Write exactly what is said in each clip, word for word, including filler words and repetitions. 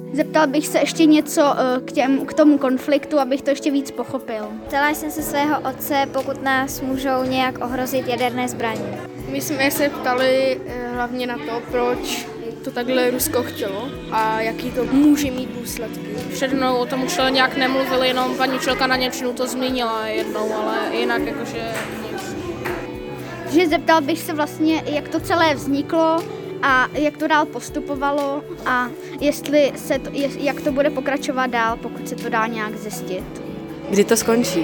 Zeptal bych se ještě něco k, těm, k tomu konfliktu, abych to ještě víc pochopil. Ptala jsem se svého otce, pokud nás můžou nějak ohrozit jaderné zbraně. My jsme se ptali hlavně na to, proč to takhle Rusko chtělo a jaký to může mít důsledky. Před mnou o tom učitelé nějak nemluvili, jenom paní učitelka na němčinu to zmínila jednou, ale jinak jakože nic. Že zeptal bych se vlastně, jak to celé vzniklo a jak to dál postupovalo a jestli se to, jak to bude pokračovat dál, pokud se to dá nějak zjistit. Kdy to skončí?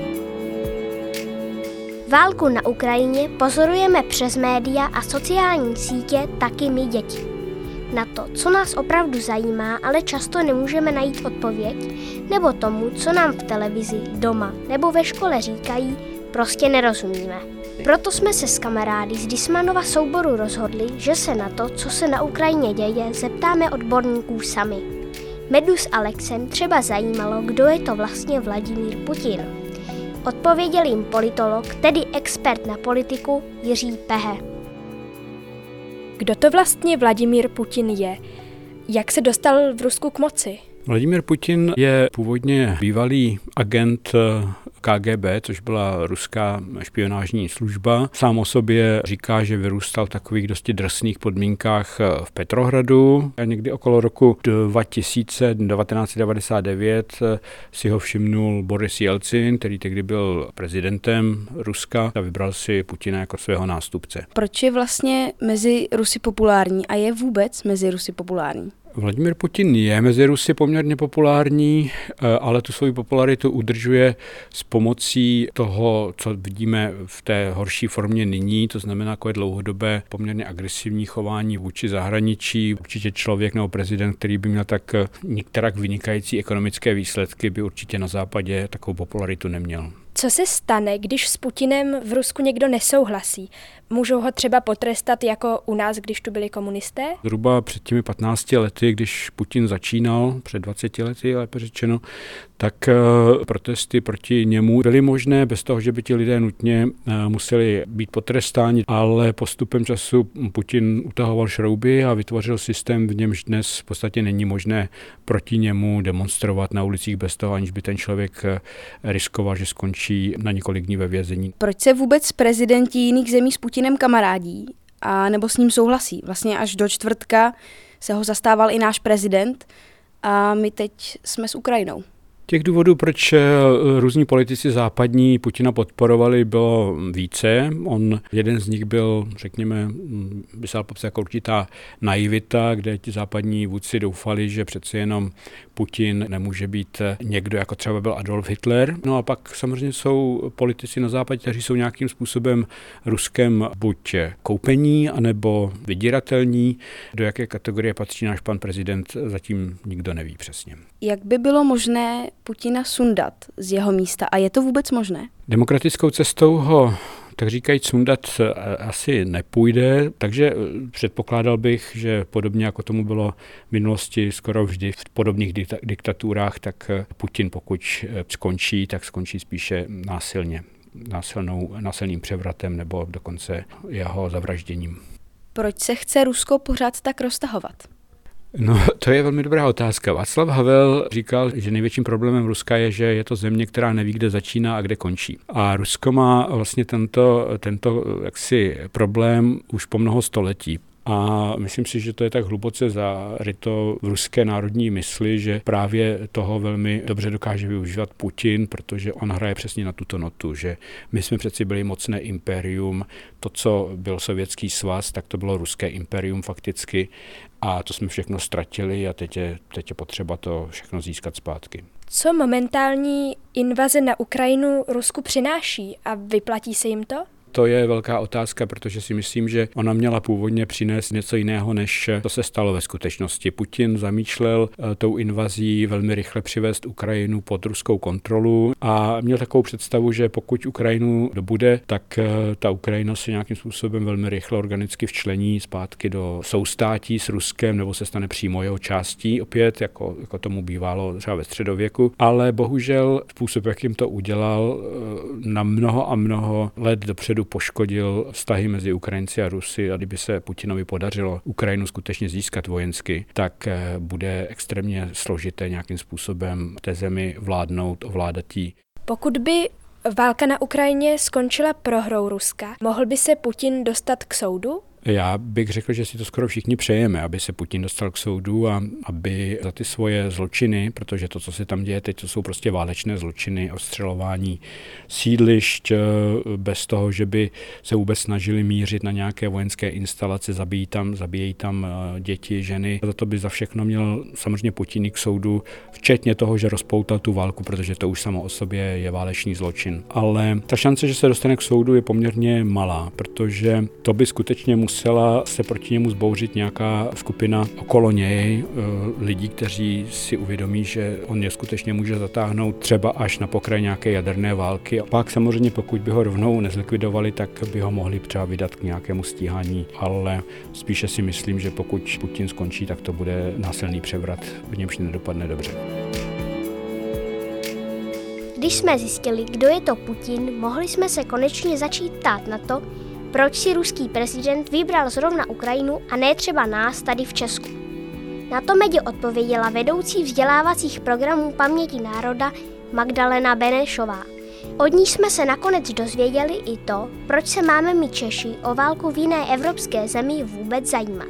Válku na Ukrajině pozorujeme přes média a sociální sítě taky my děti. Na to, co nás opravdu zajímá, ale často nemůžeme najít odpověď, nebo tomu, co nám v televizi, doma nebo ve škole říkají, prostě nerozumíme. Proto jsme se s kamarády z Dismanova souboru rozhodli, že se na to, co se na Ukrajině děje, zeptáme odborníků sami. Medu s Alexem třeba zajímalo, kdo je to vlastně Vladimír Putin. Odpověděl jim politolog, tedy expert na politiku Jiří Pehe. Kdo to vlastně Vladimír Putin je? Jak se dostal v Rusku k moci? Vladimír Putin je původně bývalý agent K G B, což byla ruská špionážní služba. Sám o sobě říká, že vyrůstal v takových dosti drsných podmínkách v Petrohradu. A někdy okolo roku devatenáct set devadesát devět si ho všimnul Boris Jelcin, který tehdy byl prezidentem Ruska a vybral si Putina jako svého nástupce. Proč je vlastně mezi Rusy populární a je vůbec mezi Rusy populární? Vladimír Putin je mezi Rusy poměrně populární, ale tu svou popularitu udržuje s pomocí toho, co vidíme v té horší formě nyní, to znamená jako je dlouhodobé poměrně agresivní chování vůči zahraničí. Určitě člověk nebo prezident, který by měl tak některak vynikající ekonomické výsledky, by určitě na západě takovou popularitu neměl. Co se stane, když s Putinem v Rusku někdo nesouhlasí? Můžou ho třeba potrestat jako u nás, když tu byli komunisté? Zhruba před těmi patnácti lety, když Putin začínal, před dvaceti lety, lépe řečeno, tak protesty proti němu byly možné bez toho, že by ti lidé nutně museli být potrestáni, ale postupem času Putin utahoval šrouby a vytvořil systém, v němž dnes v podstatě není možné proti němu demonstrovat na ulicích bez toho, aniž by ten člověk riskoval, že skončí na několik dní ve vězení. Proč se vůbec prezidenti jiných zemí s Putinem kamarádí a nebo s ním souhlasí? Vlastně až do čtvrtka se ho zastával i náš prezident a my teď jsme s Ukrajinou. Těch důvodů, proč různí politici západní Putina podporovali, bylo více. On, jeden z nich byl, řekněme, by se dal popsat jako určitá naivita, kde ti západní vůdci doufali, že přece jenom Putin nemůže být někdo, jako třeba byl Adolf Hitler. No a pak samozřejmě jsou politici na západě, kteří jsou nějakým způsobem Ruskem buď koupení, anebo vydíratelní. Do jaké kategorie patří náš pan prezident, zatím nikdo neví přesně. Jak by bylo možné Putina sundat z jeho místa a je to vůbec možné? Demokratickou cestou ho, tak říkají, sundat asi nepůjde, takže předpokládal bych, že podobně jako tomu bylo v minulosti skoro vždy v podobných diktaturách, tak Putin, pokud skončí, tak skončí spíše násilně, násilnou, násilným převratem nebo dokonce jeho zavražděním. Proč se chce Rusko pořád tak roztahovat? No, to je velmi dobrá otázka. Václav Havel říkal, že největším problémem Ruska je, že je to země, která neví, kde začíná a kde končí. A Rusko má vlastně tento, tento jaksi problém už po mnoho století. A myslím si, že to je tak hluboce zaryto v ruské národní mysli, že právě toho velmi dobře dokáže využívat Putin, protože on hraje přesně na tuto notu, že my jsme přeci byli mocné impérium, to, co byl Sovětský svaz, tak to bylo ruské impérium fakticky a to jsme všechno ztratili a teď je, teď je potřeba to všechno získat zpátky. Co momentální invaze na Ukrajinu Rusku přináší a vyplatí se jim to? To je velká otázka, protože si myslím, že ona měla původně přinést něco jiného, než to se stalo ve skutečnosti. Putin zamýšlel tou invazí velmi rychle přivést Ukrajinu pod ruskou kontrolu a měl takovou představu, že pokud Ukrajinu dobude, tak ta Ukrajina se nějakým způsobem velmi rychle organicky včlení zpátky do soustátí s Ruskem nebo se stane přímo jeho částí opět, jako, jako tomu bývalo třeba ve středověku. Ale bohužel způsob, jak jim to udělal, na mnoho a mnoho let dopředu opravdu poškodil vztahy mezi Ukrajinci a Rusy a kdyby se Putinovi podařilo Ukrajinu skutečně získat vojensky, tak bude extrémně složité nějakým způsobem té zemi vládnout, ovládat jí. Pokud by válka na Ukrajině skončila prohrou Ruska, mohl by se Putin dostat k soudu? Já bych řekl, že si to skoro všichni přejeme, aby se Putin dostal k soudu a aby za ty svoje zločiny, protože to, co se tam děje teď, to jsou prostě válečné zločiny, ostřelování sídlišť bez toho, že by se vůbec snažili mířit na nějaké vojenské instalace, zabíjí tam, zabíjejí tam děti, ženy. Za to by za všechno měl samozřejmě Putin k soudu, včetně toho, že rozpoutal tu válku, protože to už samo o sobě je válečný zločin. Ale ta šance, že se dostane k soudu, je poměrně malá, protože to by skutečně musel musela se proti němu zbouřit nějaká skupina okolo něj, lidí, kteří si uvědomí, že on je skutečně může zatáhnout třeba až na pokraj nějaké jaderné války. A pak samozřejmě, pokud by ho rovnou nezlikvidovali, tak by ho mohli třeba vydat k nějakému stíhání, ale spíše si myslím, že pokud Putin skončí, tak to bude násilný převrat, v němž nedopadne dobře. Když jsme zjistili, kdo je to Putin, mohli jsme se konečně začít ptát na to, proč si ruský prezident vybral zrovna Ukrajinu a ne třeba nás tady v Česku. Na to Medě odpověděla vedoucí vzdělávacích programů Paměti národa Magdalena Benešová. Od ní jsme se nakonec dozvěděli i to, proč se máme my Češi o válku v jiné evropské zemi vůbec zajímat.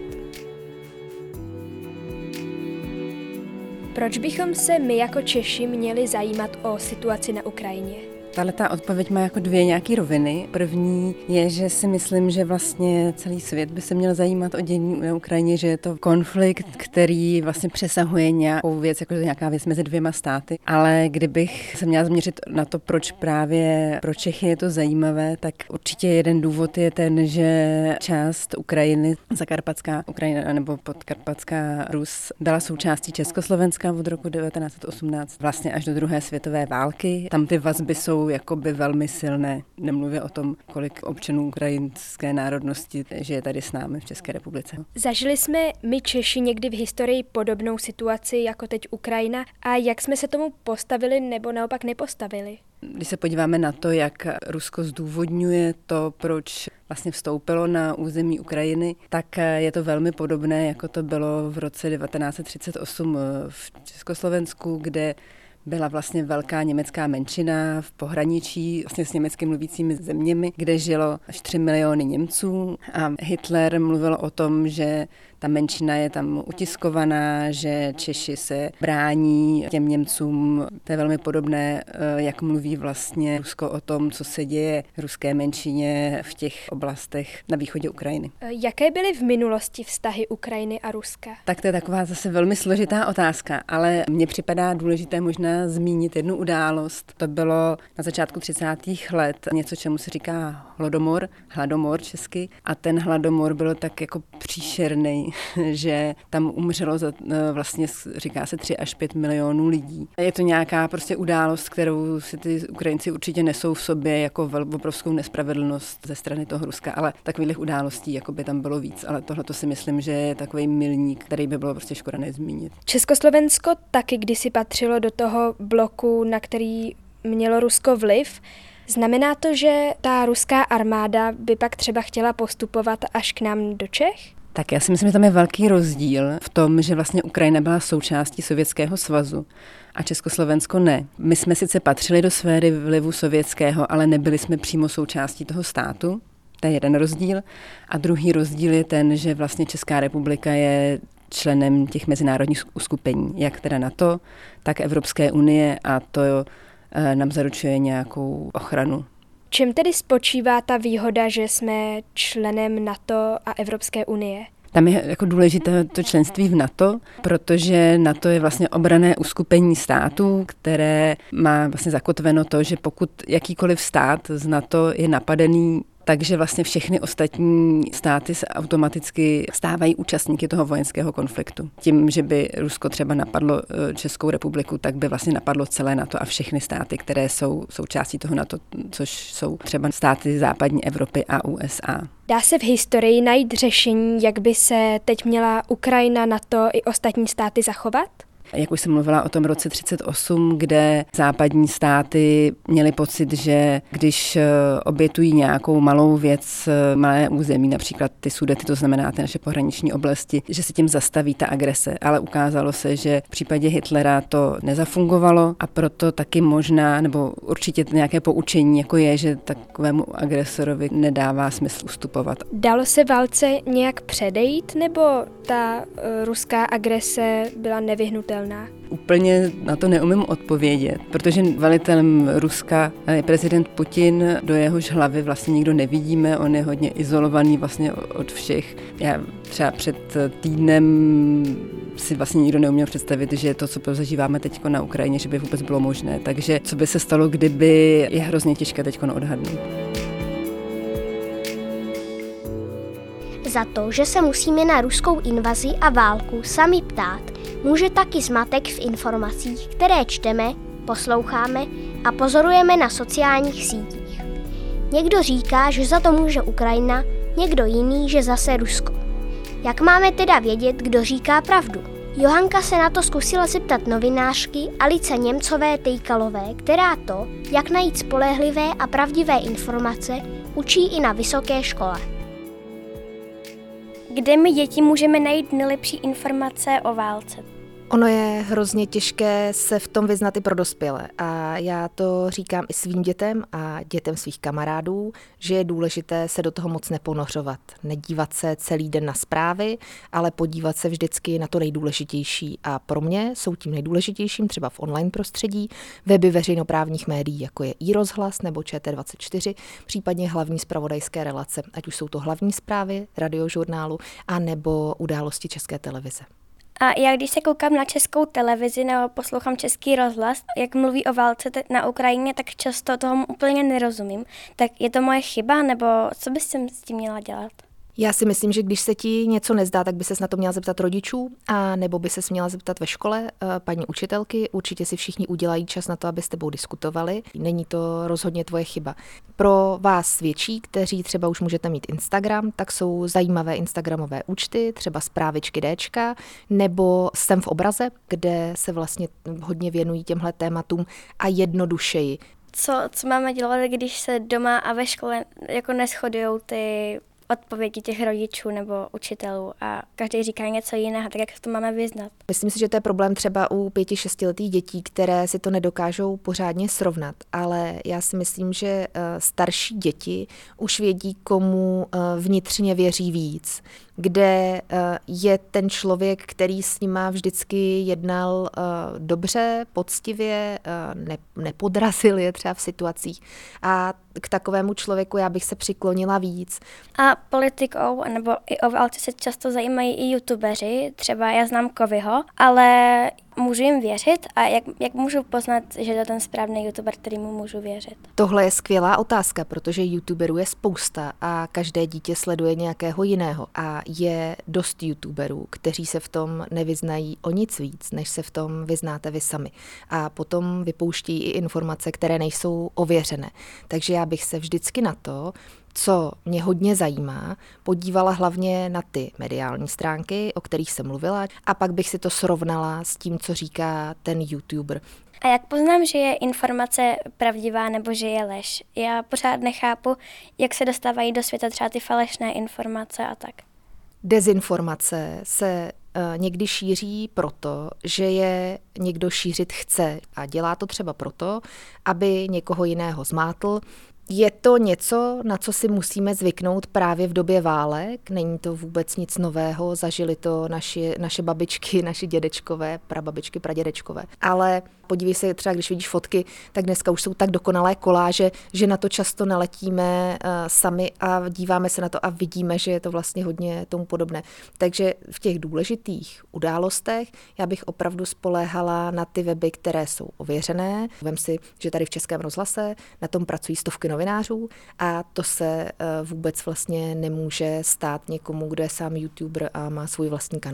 Proč bychom se my jako Češi měli zajímat o situaci na Ukrajině? Tahleta odpověď má jako dvě nějaké roviny. První je, že si myslím, že vlastně celý svět by se měl zajímat o dění na Ukrajině, že je to konflikt, který vlastně přesahuje nějakou věc, jako nějaká věc mezi dvěma státy. Ale kdybych se měla změřit na to, proč právě pro Čechy je to zajímavé, tak určitě jeden důvod je ten, že část Ukrajiny, zakarpatská Ukrajina nebo podkarpatská Rus, byla součástí Československa od roku devatenáct set osmnáct vlastně až do druhé světové války. Tam ty vazby jsou jakoby velmi silné. Nemluvě o tom, kolik občanů ukrajinské národnosti žije tady s námi v České republice. Zažili jsme my Češi někdy v historii podobnou situaci jako teď Ukrajina a jak jsme se tomu postavili nebo naopak nepostavili? Když se podíváme na to, jak Rusko zdůvodňuje to, proč vlastně vstoupilo na území Ukrajiny, tak je to velmi podobné, jako to bylo v roce devatenáct set třicet osm v Československu, kde byla vlastně velká německá menšina v pohraničí vlastně s německy mluvícími zeměmi, kde žilo až tři miliony Němců a Hitler mluvil o tom, že ta menšina je tam utiskovaná, že Češi se brání těm Němcům. To je velmi podobné, jak mluví vlastně Rusko o tom, co se děje ruské menšině v těch oblastech na východě Ukrajiny. Jaké byly v minulosti vztahy Ukrajiny a Ruska? Tak to je taková zase velmi složitá otázka, ale mně připadá důležité možná zmínit jednu událost. To bylo na začátku třicátých let něco, čemu se říká hladomor, hladomor česky. A ten hladomor byl tak jako příšerný, že tam umřelo za, vlastně říká se tři až pět milionů lidí. Je to nějaká prostě událost, kterou si ty Ukrajinci určitě nesou v sobě jako obrovskou nespravedlnost ze strany toho Ruska, ale takových událostí jako by tam bylo víc, ale tohle to si myslím, že je takový milník, který by bylo prostě škoda nezmínit. Československo taky kdysi patřilo do toho bloku, na který mělo Rusko vliv. Znamená to, že ta ruská armáda by pak třeba chtěla postupovat až k nám do Čech? Tak já si myslím, že tam je velký rozdíl v tom, že vlastně Ukrajina byla součástí Sovětského svazu a Československo ne. My jsme sice patřili do sféry vlivu sovětského, ale nebyli jsme přímo součástí toho státu. To je jeden rozdíl. A druhý rozdíl je ten, že vlastně Česká republika je členem těch mezinárodních uskupení, jak teda NATO, tak Evropské unie a to nám zaručuje nějakou ochranu. Čím tedy spočívá ta výhoda, že jsme členem NATO a Evropské unie? Tam je jako důležité to členství v NATO, protože NATO je vlastně obranné uskupení států, které má vlastně zakotveno to, že pokud jakýkoliv stát z NATO je napadený, takže vlastně všechny ostatní státy se automaticky stávají účastníky toho vojenského konfliktu. Tím, že by Rusko třeba napadlo Českou republiku, tak by vlastně napadlo celé NATO a všechny státy, které jsou součástí toho NATO, což jsou třeba státy západní Evropy a U S A. Dá se v historii najít řešení, jak by se teď měla Ukrajina, NATO i ostatní státy zachovat? Jak už jsem mluvila o tom roce třicet osm, kde západní státy měly pocit, že když obětují nějakou malou věc, malé území, například ty Sudety, to znamená ty naše pohraniční oblasti, že se tím zastaví ta agrese. Ale ukázalo se, že v případě Hitlera to nezafungovalo a proto taky možná, nebo určitě nějaké poučení jako je, že takovému agresorovi nedává smysl ustupovat. Dalo se válce nějak předejít, nebo ta uh, ruská agrese byla nevyhnutelná? Úplně na to neumím odpovědět, protože velitelem Ruska je prezident Putin, do jehož hlavy vlastně nikdo nevidíme, on je hodně izolovaný vlastně od všech. Já třeba před týdnem si vlastně nikdo neuměl představit, že to, co zažíváme teď na Ukrajině, že by vůbec bylo možné. Takže co by se stalo, kdyby, je hrozně těžké teď odhadnout. Za to, že se musíme na ruskou invazi a válku sami ptát, může taky zmatek v informacích, které čteme, posloucháme a pozorujeme na sociálních sítích. Někdo říká, že za to může Ukrajina, někdo jiný, že zase Rusko. Jak máme teda vědět, kdo říká pravdu? Johanka se na to zkusila zeptat novinářky Alice Němcové-Tejkalové, která to, jak najít spolehlivé a pravdivé informace, učí i na vysoké škole. Kde my děti můžeme najít nejlepší informace o válce? Ono je hrozně těžké se v tom vyznat i pro dospělé a já to říkám i svým dětem a dětem svých kamarádů, že je důležité se do toho moc neponořovat, nedívat se celý den na zprávy, ale podívat se vždycky na to nejdůležitější a pro mě jsou tím nejdůležitějším třeba v online prostředí weby veřejnoprávních médií, jako je iRozhlas nebo Č T dvacet čtyři, případně hlavní zpravodajské relace, ať už jsou to hlavní zprávy radiožurnálu a nebo události České televize. A já když se koukám na Českou televizi nebo poslouchám Český rozhlas, jak mluví o válce na Ukrajině, tak často toho úplně nerozumím. Tak je to moje chyba, nebo co bys s tím měla dělat? Já si myslím, že když se ti něco nezdá, tak by ses na to měla zeptat rodičů a nebo by ses měla zeptat ve škole paní učitelky. Určitě si všichni udělají čas na to, aby s tebou diskutovali. Není to rozhodně tvoje chyba. Pro vás větší, kteří třeba už můžete mít Instagram, tak jsou zajímavé instagramové účty, třeba Zprávičky Déčka, nebo Jsem v obraze, kde se vlastně hodně věnují těmhle tématům a jednodušeji. Co, co máme dělat, když se doma a ve škole jako neshodujou ty odpovědi těch rodičů nebo učitelů a každý říká něco jiného, tak jak to máme vyznat? Myslím si, že to je problém třeba u pěti, šestiletých dětí, které si to nedokážou pořádně srovnat, ale já si myslím, že starší děti už vědí, komu vnitřně věří víc, kde je ten člověk, který s nima vždycky jednal dobře, poctivě, ne, nepodrazil je třeba v situacích a k takovému člověku já bych se přiklonila víc. A politikou nebo i o válce se často zajímají i youtubeři, třeba já znám Kovyho, ale můžu jim věřit a jak, jak můžu poznat, že to je ten správný youtuber, kterýmu můžu věřit? Tohle je skvělá otázka, protože youtuberů je spousta a každé dítě sleduje nějakého jiného a je dost youtuberů, kteří se v tom nevyznají o nic víc, než se v tom vyznáte vy sami. A potom vypouští i informace, které nejsou ověřené. Takže já bych se vždycky na to, co mě hodně zajímá, podívala hlavně na ty mediální stránky, o kterých jsem mluvila, a pak bych si to srovnala s tím, co říká ten YouTuber. A jak poznám, že je informace pravdivá nebo že je lež? Já pořád nechápu, jak se dostávají do světa třeba ty falešné informace a tak. Dezinformace se uh, někdy šíří proto, že je někdo šířit chce a dělá to třeba proto, aby někoho jiného zmátl. Je to něco, na co si musíme zvyknout právě v době válek. Není to vůbec nic nového, zažili to naši, naše babičky, naši dědečkové, prababičky, pradědečkové. Ale podívej se třeba, když vidíš fotky, tak dneska už jsou tak dokonalé koláže, že na to často naletíme uh, sami a díváme se na to a vidíme, že je to vlastně hodně tomu podobné. Takže v těch důležitých událostech já bych opravdu spoléhala na ty weby, které jsou ověřené. Vem si, že tady v Českém rozhlase na tom pracují stovky novinářů a to se uh, vůbec vlastně nemůže stát někomu, kdo je sám YouTuber a má svůj vlastní kanál.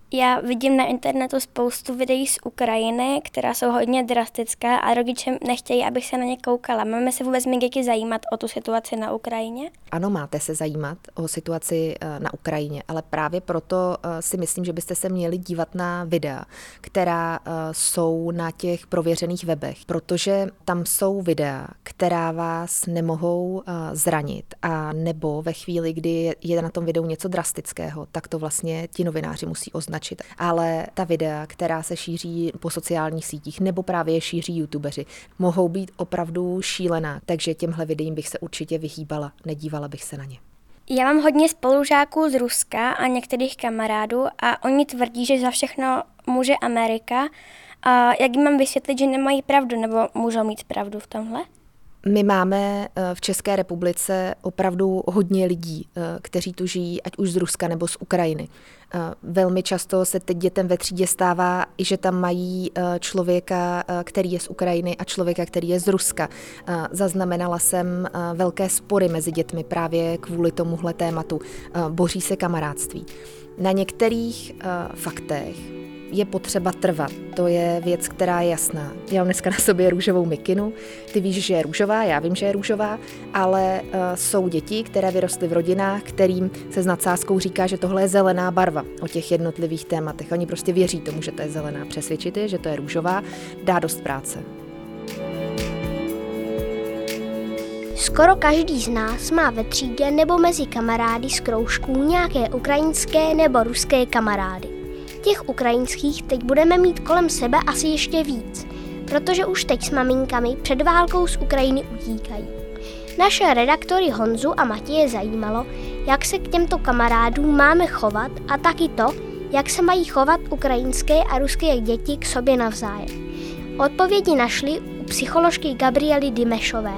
Já vidím na internetu spoustu videí z Ukrajiny, která jsou hodně drastická a rodiče nechtějí, abych se na ně koukala. Máme se vůbec mít děti zajímat o tu situaci na Ukrajině? Ano, máte se zajímat o situaci na Ukrajině, ale právě proto si myslím, že byste se měli dívat na videa, která jsou na těch prověřených webech, protože tam jsou videa, která vás nemohou zranit, a nebo ve chvíli, kdy je na tom videu něco drastického, tak to vlastně ti novináři musí označit. Ale ta videa, která se šíří po sociálních sítích nebo právě je šíří youtubeři, mohou být opravdu šílená, takže těmhle videím bych se určitě vyhýbala, nedívala bych se na ně. Já mám hodně spolužáků z Ruska a některých kamarádů a oni tvrdí, že za všechno může Amerika. A jak jim mám vysvětlit, že nemají pravdu nebo můžou mít pravdu v tomhle? My máme v České republice opravdu hodně lidí, kteří tu žijí, ať už z Ruska nebo z Ukrajiny. Velmi často se teď dětem ve třídě stává, že tam mají člověka, který je z Ukrajiny, a člověka, který je z Ruska. Zaznamenala jsem velké spory mezi dětmi právě kvůli tomuhle tématu. Boří se kamarádství. Na některých faktech je potřeba trvat. To je věc, která je jasná. Já mám dneska na sobě růžovou mikinu. Ty víš, že je růžová, já vím, že je růžová, ale uh, jsou děti, které vyrostly v rodinách, kterým se s nadsázkou říká, že tohle je zelená barva o těch jednotlivých tématech. Oni prostě věří tomu, že to je zelená. Přesvědčit je, že to je růžová, dá dost práce. Skoro každý z nás má ve třídě nebo mezi kamarády z kroužků nějaké ukrajinské nebo ruské kamarády. Těch ukrajinských teď budeme mít kolem sebe asi ještě víc, protože už teď s maminkami před válkou z Ukrajiny utíkají. Naše redaktory Honzu a Matěje zajímalo, jak se k těmto kamarádům máme chovat a taky to, jak se mají chovat ukrajinské a ruské děti k sobě navzájem. Odpovědi našli u psycholožky Gabriely Dimešové.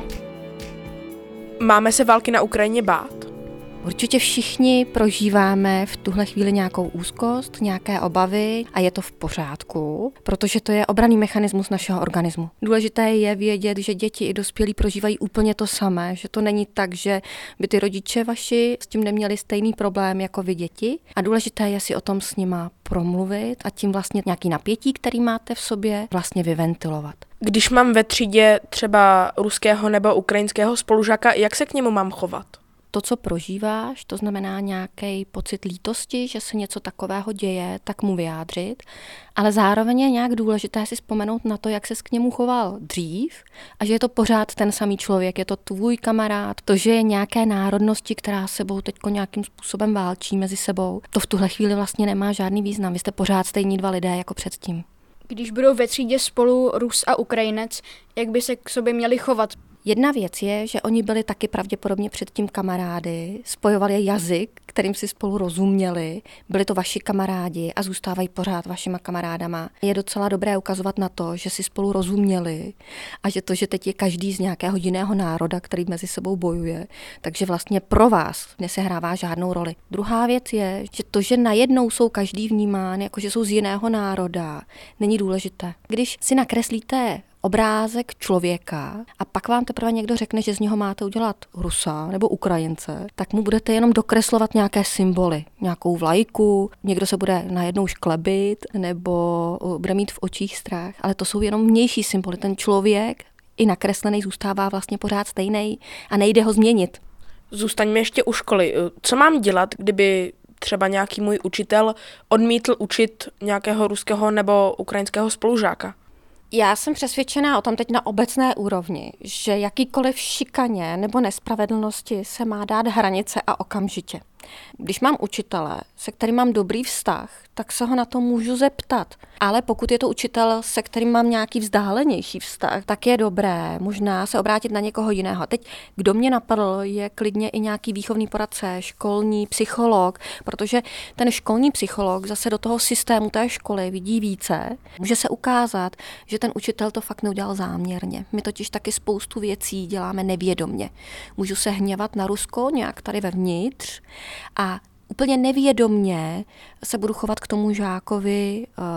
Máme se války na Ukrajině bát? Určitě všichni prožíváme v tuhle chvíli nějakou úzkost, nějaké obavy a je to v pořádku, protože to je obranný mechanismus našeho organismu. Důležité je vědět, že děti i dospělí prožívají úplně to samé, že to není tak, že by ty rodiče vaši s tím neměli stejný problém jako vy děti, a důležité je si o tom s nima promluvit a tím vlastně nějaký napětí, který máte v sobě, vlastně vyventilovat. Když mám ve třídě třeba ruského nebo ukrajinského spolužáka, jak se k němu mám chovat? To, co prožíváš, to znamená nějaký pocit lítosti, že se něco takového děje, tak mu vyjádřit, ale zároveň je nějak důležité si vzpomenout na to, jak ses k němu choval dřív a že je to pořád ten samý člověk, je to tvůj kamarád. To, že je nějaké národnosti, která sebou teďko nějakým způsobem válčí mezi sebou, to v tuhle chvíli vlastně nemá žádný význam. Vy jste pořád stejní dva lidé jako předtím. Když budou ve třídě spolu Rus a Ukrajinec, jak by se k sobě měli chovat? Jedna věc je, že oni byli taky pravděpodobně předtím kamarády, spojovali je jazyk, kterým si spolu rozuměli, byli to vaši kamarádi a zůstávají pořád vašima kamarádama. Je docela dobré ukazovat na to, že si spolu rozuměli a že to, že teď je každý z nějakého jiného národa, který mezi sebou bojuje, takže vlastně pro vás nesehrává žádnou roli. Druhá věc je, že to, že najednou jsou každý vnímán, jako že jsou z jiného národa, není důležité. Když si nakreslíte obrázek člověka a pak vám teprve někdo řekne, že z něho máte udělat Rusa nebo Ukrajince, tak mu budete jenom dokreslovat nějaké symboly, nějakou vlajku, někdo se bude najednou šklebit nebo bude mít v očích strach, ale to jsou jenom vnější symboly. Ten člověk i nakreslený zůstává vlastně pořád stejný a nejde ho změnit. Zůstaňme ještě u školy. Co mám dělat, kdyby třeba nějaký můj učitel odmítl učit nějakého ruského nebo ukrajinského spolužáka? Já jsem přesvědčená o tom teď na obecné úrovni, že jakýkoliv šikaně nebo nespravedlnosti se má dát hranice a okamžitě. Když mám učitele, se kterým mám dobrý vztah, tak se ho na to můžu zeptat. Ale pokud je to učitel, se kterým mám nějaký vzdálenější vztah, tak je dobré možná se obrátit na někoho jiného. Teď, kdo mě napadl, je klidně i nějaký výchovný poradce, školní psycholog, protože ten školní psycholog zase do toho systému té školy vidí více. Může se ukázat, že ten učitel to fakt neudělal záměrně. My totiž taky spoustu věcí děláme nevědomně. Můžu se hněvat na Rusko nějak tady vevnitř a úplně nevědomně se budu chovat k tomu žákovi uh,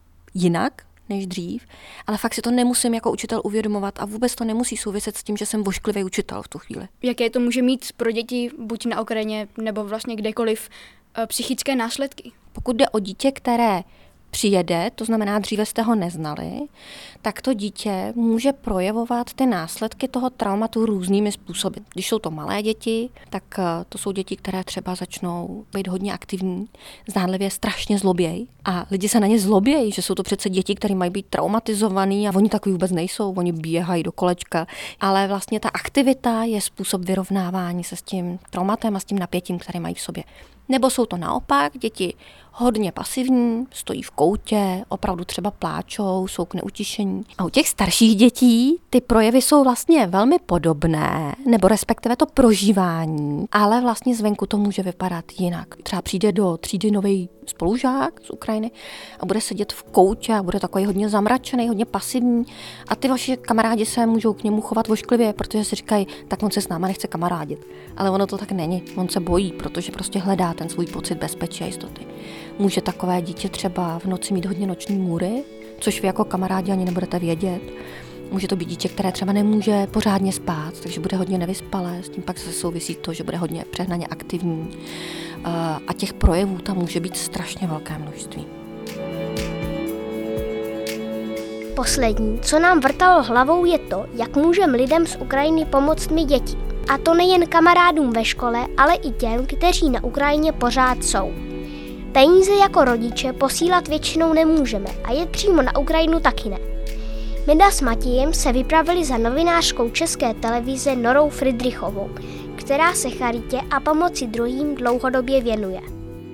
jinak než dřív, ale fakt si to nemusím jako učitel uvědomovat a vůbec to nemusí souviset s tím, že jsem vošklivý učitel v tu chvíli. Jaké to může mít pro děti buď na Ukrajině nebo vlastně kdekoliv uh, psychické následky? Pokud jde o dítě, které přijede, to znamená dříve jste ho neznali, tak to dítě může projevovat ty následky toho traumatu různými způsoby. Když jsou to malé děti, tak to jsou děti, které třeba začnou být hodně aktivní, zdánlivě strašně zlobějí a lidi se na ně zlobějí, že jsou to přece děti, které mají být traumatizovaný a oni takový vůbec nejsou, oni běhají do kolečka, ale vlastně ta aktivita je způsob vyrovnávání se s tím traumatem a s tím napětím, které mají v sobě. Nebo jsou to naopak děti hodně pasivní, stojí v koutě, opravdu třeba pláčou, jsou k neutišení. A u těch starších dětí ty projevy jsou vlastně velmi podobné, nebo respektive to prožívání, ale vlastně zvenku to může vypadat jinak. Třeba přijde do třídy nový spolužák z Ukrajiny a bude sedět v koutě a bude takový hodně zamračený, hodně pasivní a ty vaši kamarádi se můžou k němu chovat vošklivě, protože si říkají, tak on se s náma nechce kamarádit. Ale ono to tak není, on se bojí, protože prostě hledá ten svůj pocit bezpečí a jistoty. Může takové dítě třeba v noci mít hodně noční můry, což vy jako kamarádi ani nebudete vědět. Může to být dítě, které třeba nemůže pořádně spát, takže bude hodně nevyspalé, s tím pak se souvisí to, že bude hodně přehnaně aktivní. A těch projevů tam může být strašně velké množství. Poslední, co nám vrtalo hlavou, je to, jak můžeme lidem z Ukrajiny pomoct my děti. A to nejen kamarádům ve škole, ale i těm, kteří na Ukrajině pořád jsou. Peníze jako rodiče posílat většinou nemůžeme a jet přímo na Ukrajinu taky ne. Mida s Matějem se vypravili za novinářkou České televize Norou Fridrichovou, která se charitě a pomoci druhým dlouhodobě věnuje.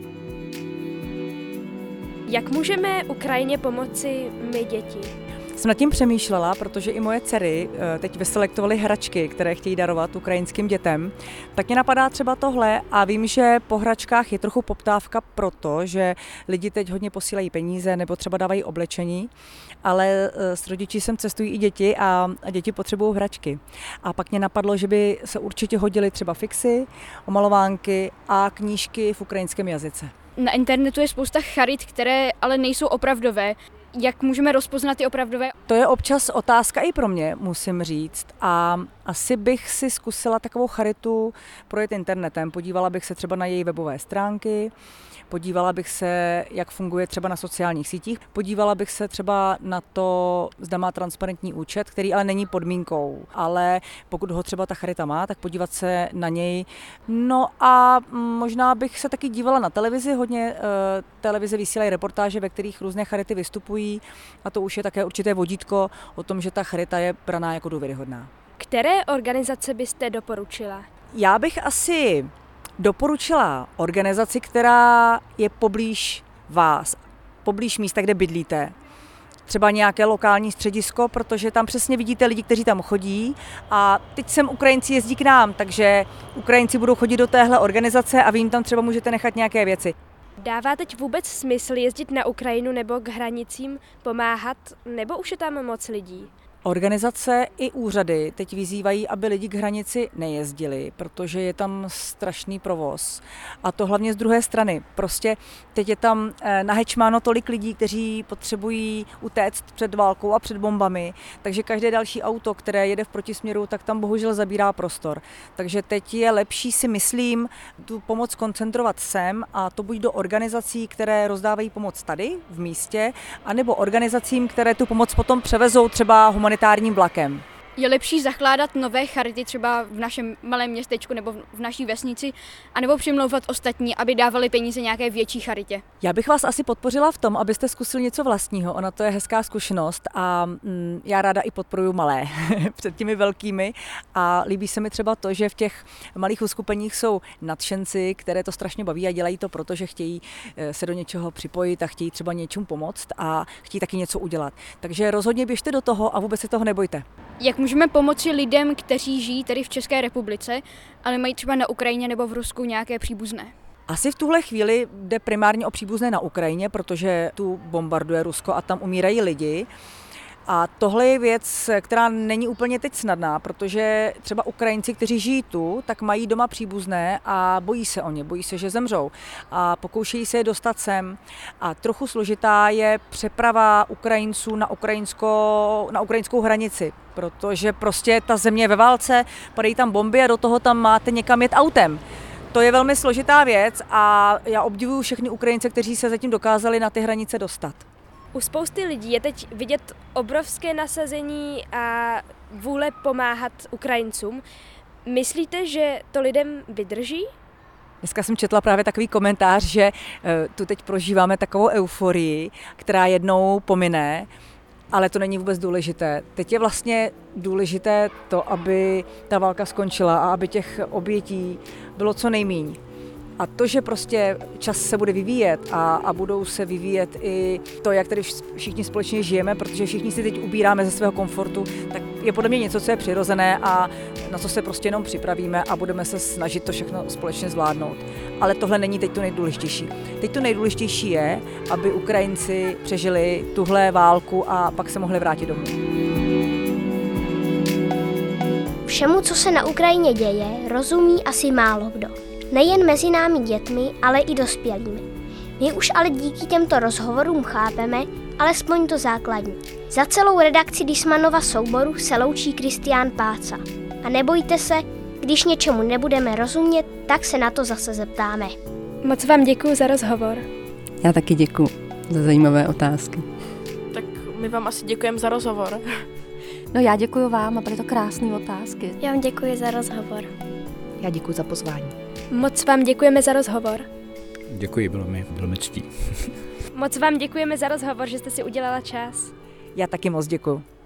Jak můžeme Ukrajině pomoci my děti? Jsem nad tím přemýšlela, protože i moje dcery teď vyselektovaly hračky, které chtějí darovat ukrajinským dětem. Tak mě napadá třeba tohle a vím, že po hračkách je trochu poptávka proto, že lidi teď hodně posílají peníze nebo třeba dávají oblečení, ale s rodiči sem cestují i děti a děti potřebují hračky. A pak mě napadlo, že by se určitě hodily třeba fixy, omalovánky a knížky v ukrajinském jazyce. Na internetu je spousta charit, které ale nejsou opravdové. Jak můžeme rozpoznat ty opravdové? To je občas otázka i pro mě, musím říct. A asi bych si zkusila takovou charitu projet internetem. Podívala bych se třeba na její webové stránky, podívala bych se, jak funguje třeba na sociálních sítích, podívala bych se třeba na to, zda má transparentní účet, který ale není podmínkou, ale pokud ho třeba ta charita má, tak podívat se na něj. No a možná bych se taky dívala na televizi, hodně uh, televize vysílají reportáže, ve kterých různé charity vystupují a to už je také určité vodítko o tom, že ta charita je braná jako důvěryhodná. Které organizace byste doporučila? Já bych asi doporučila organizaci, která je poblíž vás, poblíž místa, kde bydlíte. Třeba nějaké lokální středisko, protože tam přesně vidíte lidi, kteří tam chodí a teď sem Ukrajinci jezdí k nám, takže Ukrajinci budou chodit do téhle organizace a vy jim tam třeba můžete nechat nějaké věci. Dává teď vůbec smysl jezdit na Ukrajinu nebo k hranicím pomáhat, nebo už je tam moc lidí? Organizace i úřady teď vyzývají, aby lidi k hranici nejezdili, protože je tam strašný provoz. A to hlavně z druhé strany. Prostě teď je tam nahečmáno tolik lidí, kteří potřebují utéct před válkou a před bombami, takže každé další auto, které jede v protisměru, tak tam bohužel zabírá prostor. Takže teď je lepší, si myslím, tu pomoc koncentrovat sem a to buď do organizací, které rozdávají pomoc tady v místě, anebo organizacím, které tu pomoc potom převezou třeba humanitárním vlakem. Je lepší zakládat nové charity třeba v našem malém městečku nebo v naší vesnici, anebo přimlouvat ostatní, aby dávali peníze nějaké větší charitě? Já bych vás asi podpořila v tom, abyste zkusili něco vlastního. Ona to je hezká zkušenost a mm, já ráda i podporuju malé před těmi velkými a líbí se mi třeba to, že v těch malých uskupeních jsou nadšenci, které to strašně baví a dělají to proto, že chtějí se do něčeho připojit a chtějí třeba něčemu pomoct a chtějí taky něco udělat. Takže rozhodně běžte do toho a vůbec se toho nebojte. Jak můžeme pomoci lidem, kteří žijí tady v České republice, ale mají třeba na Ukrajině nebo v Rusku nějaké příbuzné? Asi v tuhle chvíli jde primárně o příbuzné na Ukrajině, protože tu bombarduje Rusko a tam umírají lidi. A tohle je věc, která není úplně teď snadná, protože třeba Ukrajinci, kteří žijí tu, tak mají doma příbuzné a bojí se o ně, bojí se, že zemřou. A pokoušejí se je dostat sem. A trochu složitá je přeprava Ukrajinců na, ukrajinsko, na ukrajinskou hranici, protože prostě ta země je ve válce, padají tam bomby a do toho tam máte někam jet autem. To je velmi složitá věc a já obdivuju všechny Ukrajince, kteří se zatím dokázali na ty hranice dostat. U spousty lidí je teď vidět obrovské nasazení a vůle pomáhat Ukrajincům. Myslíte, že to lidem vydrží? Dneska jsem četla právě takový komentář, že tu teď prožíváme takovou euforii, která jednou pomine, ale to není vůbec důležité. Teď je vlastně důležité to, aby ta válka skončila a aby těch obětí bylo co nejméně. A to, že prostě čas se bude vyvíjet a, a budou se vyvíjet i to, jak tady všichni společně žijeme, protože všichni si teď ubíráme ze svého komfortu, tak je podle mě něco, co je přirozené a na co se prostě jenom připravíme a budeme se snažit to všechno společně zvládnout. Ale tohle není teď to nejdůležitější. Teď to nejdůležitější je, aby Ukrajinci přežili tuhle válku a pak se mohli vrátit domů. Všemu, co se na Ukrajině děje, rozumí asi málo kdo. Nejen mezi námi dětmi, ale i dospělými. My už ale díky těmto rozhovorům chápeme alespoň to základní. Za celou redakci Dismanova souboru se loučí Kristián Páca. A nebojte se, když něčemu nebudeme rozumět, tak se na to zase zeptáme. Moc vám děkuji za rozhovor. Já taky děkuji za zajímavé otázky. Tak my vám asi děkujeme za rozhovor. No já děkuji vám a byly to krásné otázky. Já vám děkuji za rozhovor. Já děkuji za pozvání. Moc vám děkujeme za rozhovor. Děkuji, bylo mi, bylo mi ctí. Moc vám děkujeme za rozhovor, že jste si udělala čas. Já taky moc děkuji.